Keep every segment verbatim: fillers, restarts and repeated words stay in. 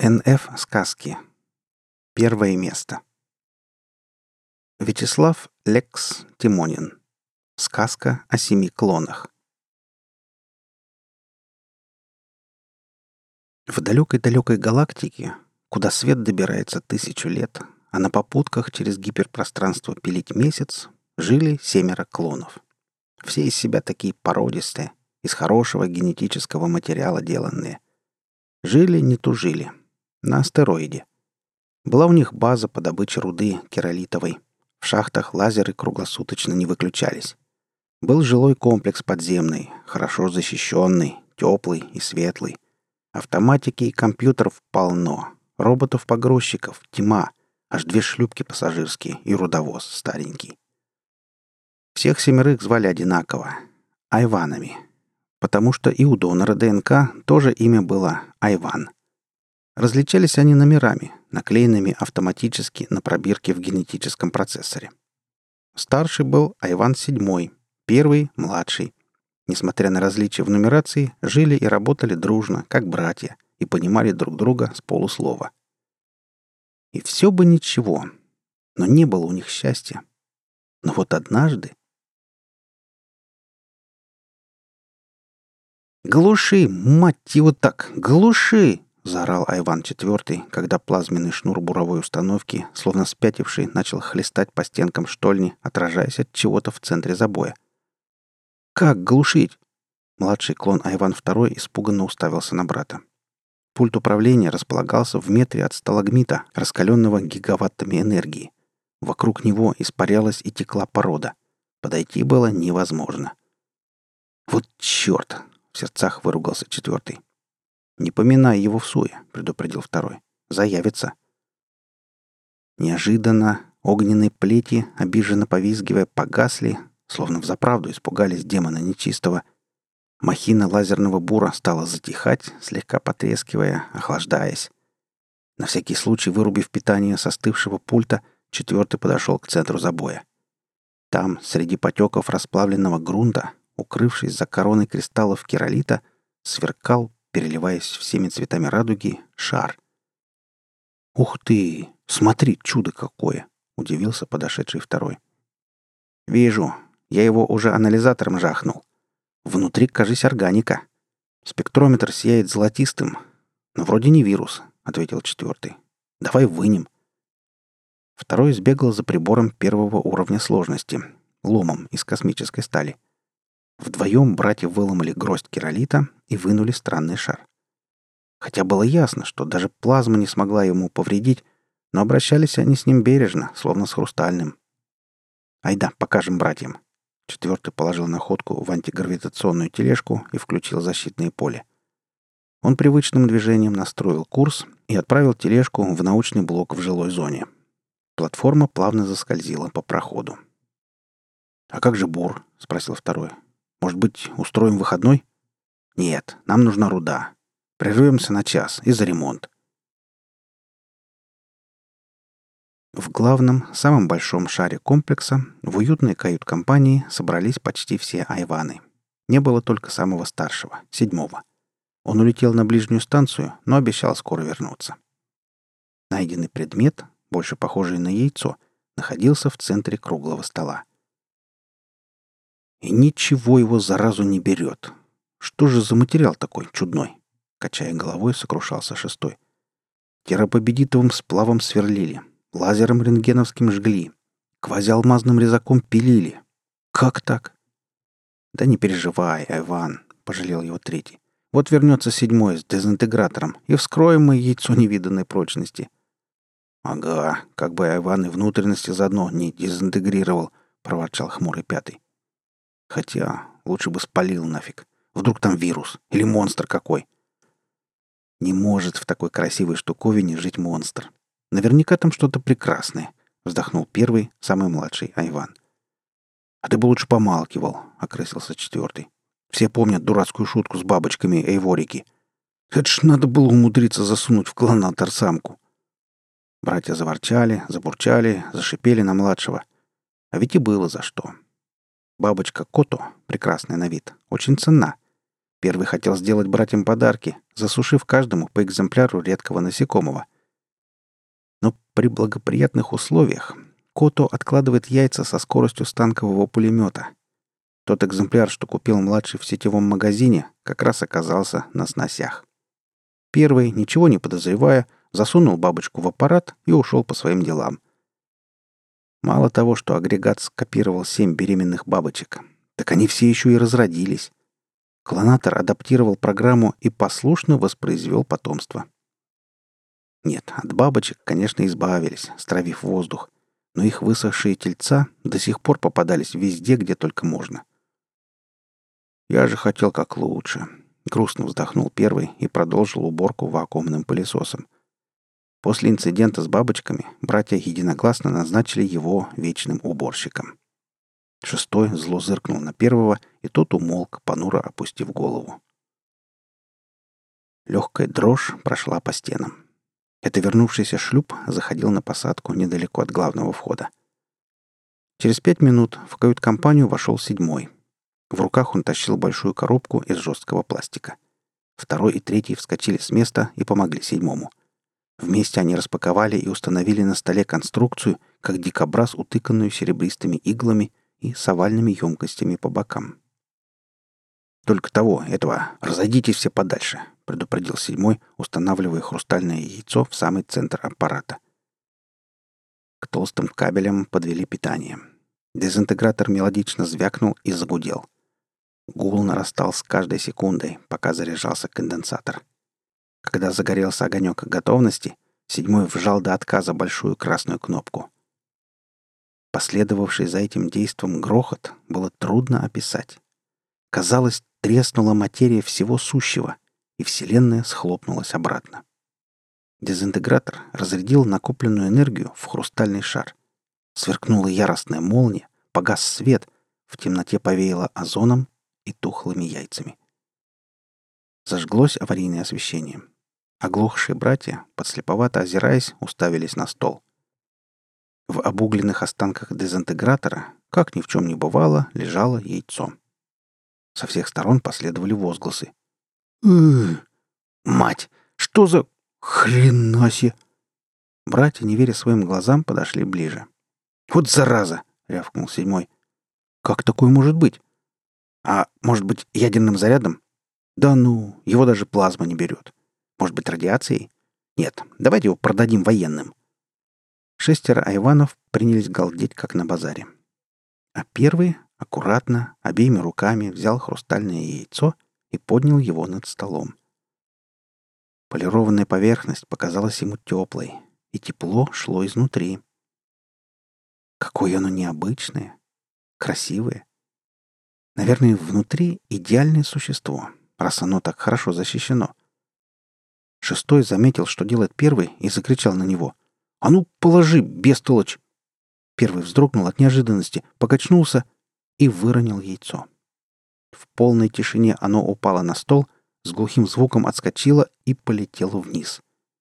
эн эф сказки. Первое место. Вячеслав Лекс Тимонин. Сказка о семи клонах. В далекой-далекой галактике, куда свет добирается тысячу лет, а на попутках через гиперпространство пилить месяц, жили семеро клонов. Все из себя такие породистые, из хорошего генетического материала деланные. Жили, не тужили. На астероиде. Была у них база по добыче руды керолитовой. В шахтах лазеры круглосуточно не выключались. Был жилой комплекс подземный, хорошо защищенный, теплый и светлый. Автоматики и компьютеров полно. Роботов-погрузчиков тьма. Аж две шлюпки пассажирские и рудовоз старенький. Всех семерых звали одинаково — Айванами. Потому что и у донора ДНК тоже имя было Айван. Различались они номерами, наклеенными автоматически на пробирке в генетическом процессоре. Старший был Айван седьмой, первый — младший. Несмотря на различия в нумерации, жили и работали дружно, как братья, и понимали друг друга с полуслова. И все бы ничего, но не было у них счастья. Но вот однажды... «Глуши, мать его так, глуши!» — заорал Айван четвертый, когда плазменный шнур буровой установки, словно спятивший, начал хлестать по стенкам штольни, отражаясь от чего-то в центре забоя. «Как глушить?» Младший клон Айван второй испуганно уставился на брата. Пульт управления располагался в метре от сталагмита, раскаленного гигаваттами энергии. Вокруг него испарялась и текла порода. Подойти было невозможно. «Вот черт!» — в сердцах выругался четвертый. «Не поминай его в суе», — предупредил второй. «Заявится». Неожиданно огненные плети, обиженно повизгивая, погасли, словно взаправду испугались демона нечистого. Махина лазерного бура стала затихать, слегка потрескивая, охлаждаясь. На всякий случай, вырубив питание с остывшего пульта, четвертый подошел к центру забоя. Там, среди потеков расплавленного грунта, укрывшись за короной кристаллов керолита, сверкал, переливаясь всеми цветами радуги, шар. «Ух ты! Смотри, чудо какое!» — удивился подошедший второй. «Вижу. Я его уже анализатором жахнул. Внутри, кажись, органика. Спектрометр сияет золотистым. Но вроде не вирус», — ответил четвертый. «Давай вынем». Второй сбегал за прибором первого уровня сложности, ломом из космической стали. Вдвоем братья выломали гроздь керолита и вынули странный шар. Хотя было ясно, что даже плазма не смогла ему повредить, но обращались они с ним бережно, словно с хрустальным. «Айда, покажем братьям». Четвертый положил находку в антигравитационную тележку и включил защитное поле. Он привычным движением настроил курс и отправил тележку в научный блок в жилой зоне. Платформа плавно заскользила по проходу. «А как же бур?» — спросил второй. «Может быть, устроим выходной?» «Нет, нам нужна руда. Прервемся на час и за ремонт». В главном, самом большом шаре комплекса, в уютной кают-компании собрались почти все айваны. Не было только самого старшего, седьмого. Он улетел на ближнюю станцию, но обещал скоро вернуться. Найденный предмет, больше похожий на яйцо, находился в центре круглого стола. «И ничего его заразу не берет. Что же за материал такой чудной?» Качая головой, сокрушался шестой. Терапобедитовым сплавом сверлили, лазером рентгеновским жгли, квазиалмазным резаком пилили. Как так? «Да не переживай, Айван», — пожалел его третий. «Вот вернется седьмой с дезинтегратором, и вскроем мы яйцо невиданной прочности». «Ага, как бы Айван и внутренности заодно не дезинтегрировал», — проворчал хмурый пятый. «Хотя лучше бы спалил нафиг. Вдруг там вирус или монстр какой». «Не может в такой красивой штуковине жить монстр. Наверняка там что-то прекрасное», — вздохнул первый, самый младший Айван. «А ты бы лучше помалкивал», — окрысился четвертый. «Все помнят дурацкую шутку с бабочками Эйворики. Это ж надо было умудриться засунуть в клонатор самку». Братья заворчали, забурчали, зашипели на младшего. А ведь и было за что. Бабочка Кото, прекрасная на вид, очень ценна. Первый хотел сделать братьям подарки, засушив каждому по экземпляру редкого насекомого. Но при благоприятных условиях Кото откладывает яйца со скоростью станкового пулемета. Тот экземпляр, что купил младший в сетевом магазине, как раз оказался на сносях. Первый, ничего не подозревая, засунул бабочку в аппарат и ушел по своим делам. Мало того, что агрегат скопировал семь беременных бабочек, так они все еще и разродились. Клонатор адаптировал программу и послушно воспроизвел потомство. Нет, от бабочек, конечно, избавились, стравив воздух, но их высохшие тельца до сих пор попадались везде, где только можно. «Я же хотел как лучше», — грустно вздохнул первый и продолжил уборку вакуумным пылесосом. После инцидента с бабочками братья единогласно назначили его вечным уборщиком. Шестой зло зыркнул на первого, и тот умолк, понуро опустив голову. Легкая дрожь прошла по стенам. Это вернувшийся шлюп заходил на посадку недалеко от главного входа. Через пять минут в кают-компанию вошел седьмой. В руках он тащил большую коробку из жесткого пластика. Второй и третий вскочили с места и помогли седьмому. Вместе они распаковали и установили на столе конструкцию, как дикобраз, утыканную серебристыми иглами и с овальными емкостями по бокам. «Только того, этого, разойдитесь все подальше», — предупредил седьмой, устанавливая хрустальное яйцо в самый центр аппарата. К толстым кабелям подвели питание. Дезинтегратор мелодично звякнул и загудел. Гул нарастал с каждой секундой, пока заряжался конденсатор. Когда загорелся огонек готовности, седьмой вжал до отказа большую красную кнопку. Последовавший за этим действом грохот было трудно описать. Казалось, треснула материя всего сущего, и Вселенная схлопнулась обратно. Дезинтегратор разрядил накопленную энергию в хрустальный шар. Сверкнула яростная молния, погас свет, в темноте повеяло озоном и тухлыми яйцами. Зажглось аварийное освещение. Оглохшие братья, подслеповато озираясь, уставились на стол. В обугленных останках дезинтегратора, как ни в чем не бывало, лежало яйцо. Со всех сторон последовали возгласы. «Эх, мать, что за хренасе!» Братья, не веря своим глазам, подошли ближе. «Вот зараза!» — рявкнул седьмой. «Как такое может быть? А может быть, ядерным зарядом? Да ну, его даже плазма не берет. Может быть, радиацией? Нет, давайте его продадим военным». Шестеро айванов принялись галдеть, как на базаре. А первый аккуратно, обеими руками взял хрустальное яйцо и поднял его над столом. Полированная поверхность показалась ему теплой, и тепло шло изнутри. Какое оно необычное, красивое. Наверное, внутри идеальное существо, раз оно так хорошо защищено. Шестой заметил, что делает первый, и закричал на него. «А ну, положи, бестолочь!» Первый вздрогнул от неожиданности, покачнулся и выронил яйцо. В полной тишине оно упало на стол, с глухим звуком отскочило и полетело вниз.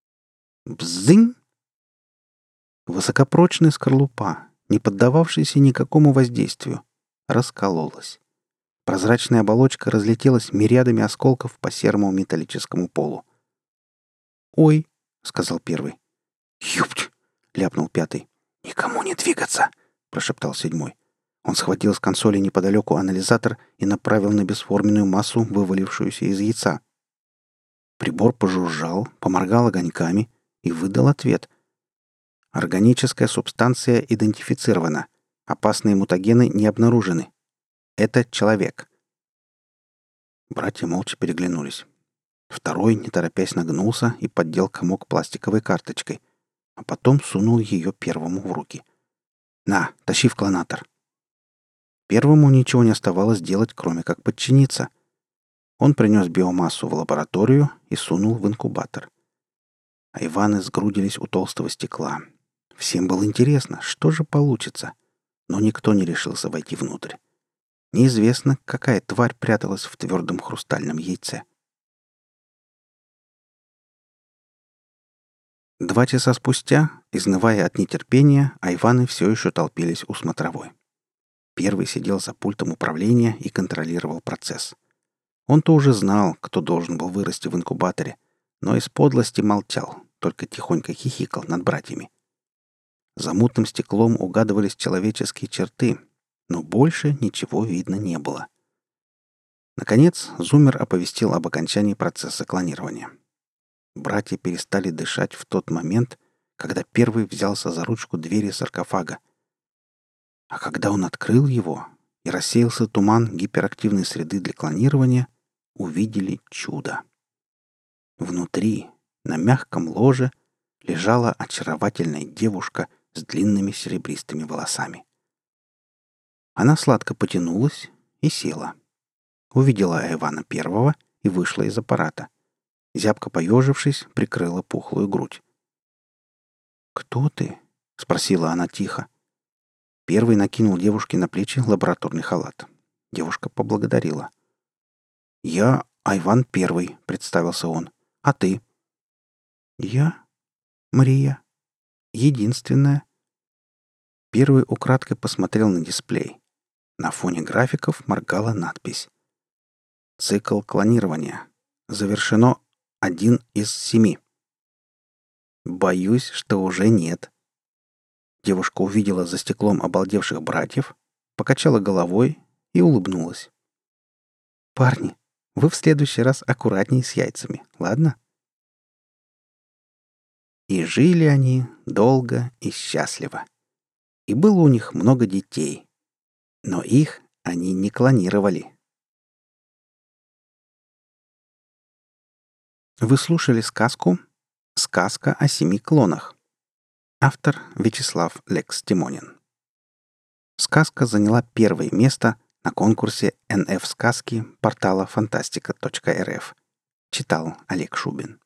Бзынь! Высокопрочная скорлупа, не поддававшаяся никакому воздействию, раскололась. Прозрачная оболочка разлетелась мириадами осколков по серому металлическому полу. «Ой!» — сказал первый. «Юпть!» — ляпнул пятый. «Никому не двигаться!» — прошептал седьмой. Он схватил с консоли неподалеку анализатор и направил на бесформенную массу, вывалившуюся из яйца. Прибор пожужжал, поморгал огоньками и выдал ответ. Органическая субстанция идентифицирована. Опасные мутагены не обнаружены. Это человек. Братья молча переглянулись. Второй, не торопясь, нагнулся и поддел комок пластиковой карточкой, а потом сунул ее первому в руки. «На, тащи в клонатор». Первому ничего не оставалось делать, кроме как подчиниться. Он принес биомассу в лабораторию и сунул в инкубатор. А Иваны сгрудились у толстого стекла. Всем было интересно, что же получится, но никто не решился войти внутрь. Неизвестно, какая тварь пряталась в твердом хрустальном яйце. Два часа спустя, изнывая от нетерпения, айваны все еще толпились у смотровой. Первый сидел за пультом управления и контролировал процесс. Он-то уже знал, кто должен был вырасти в инкубаторе, но из подлости молчал, только тихонько хихикал над братьями. За мутным стеклом угадывались человеческие черты, но больше ничего видно не было. Наконец, Зумер оповестил об окончании процесса клонирования. Братья перестали дышать в тот момент, когда первый взялся за ручку двери саркофага. А когда он открыл его и рассеялся туман гиперактивной среды для клонирования, увидели чудо. Внутри, на мягком ложе, лежала очаровательная девушка с длинными серебристыми волосами. Она сладко потянулась и села. Увидела Айвана Первого и вышла из аппарата. Зябко поежившись, прикрыла пухлую грудь. «Кто ты?» — спросила она тихо. Первый накинул девушке на плечи лабораторный халат. Девушка поблагодарила. «Я Айван Первый», — представился он. «А ты?» «Я Мария. Единственная». Первый украдкой посмотрел на дисплей. На фоне графиков моргала надпись. «Цикл клонирования. Завершено один из семи». «Боюсь, что уже нет». Девушка увидела за стеклом обалдевших братьев, покачала головой и улыбнулась. «Парни, вы в следующий раз аккуратней с яйцами, ладно?» И жили они долго и счастливо. И было у них много детей. Но их они не клонировали. Вы слушали сказку «Сказка о семи клонах». Автор Вячеслав Лекс Тимонин. Сказка заняла первое место на конкурсе эн эф сказки портала фантастика точка эр эф. Читал Олег Шубин.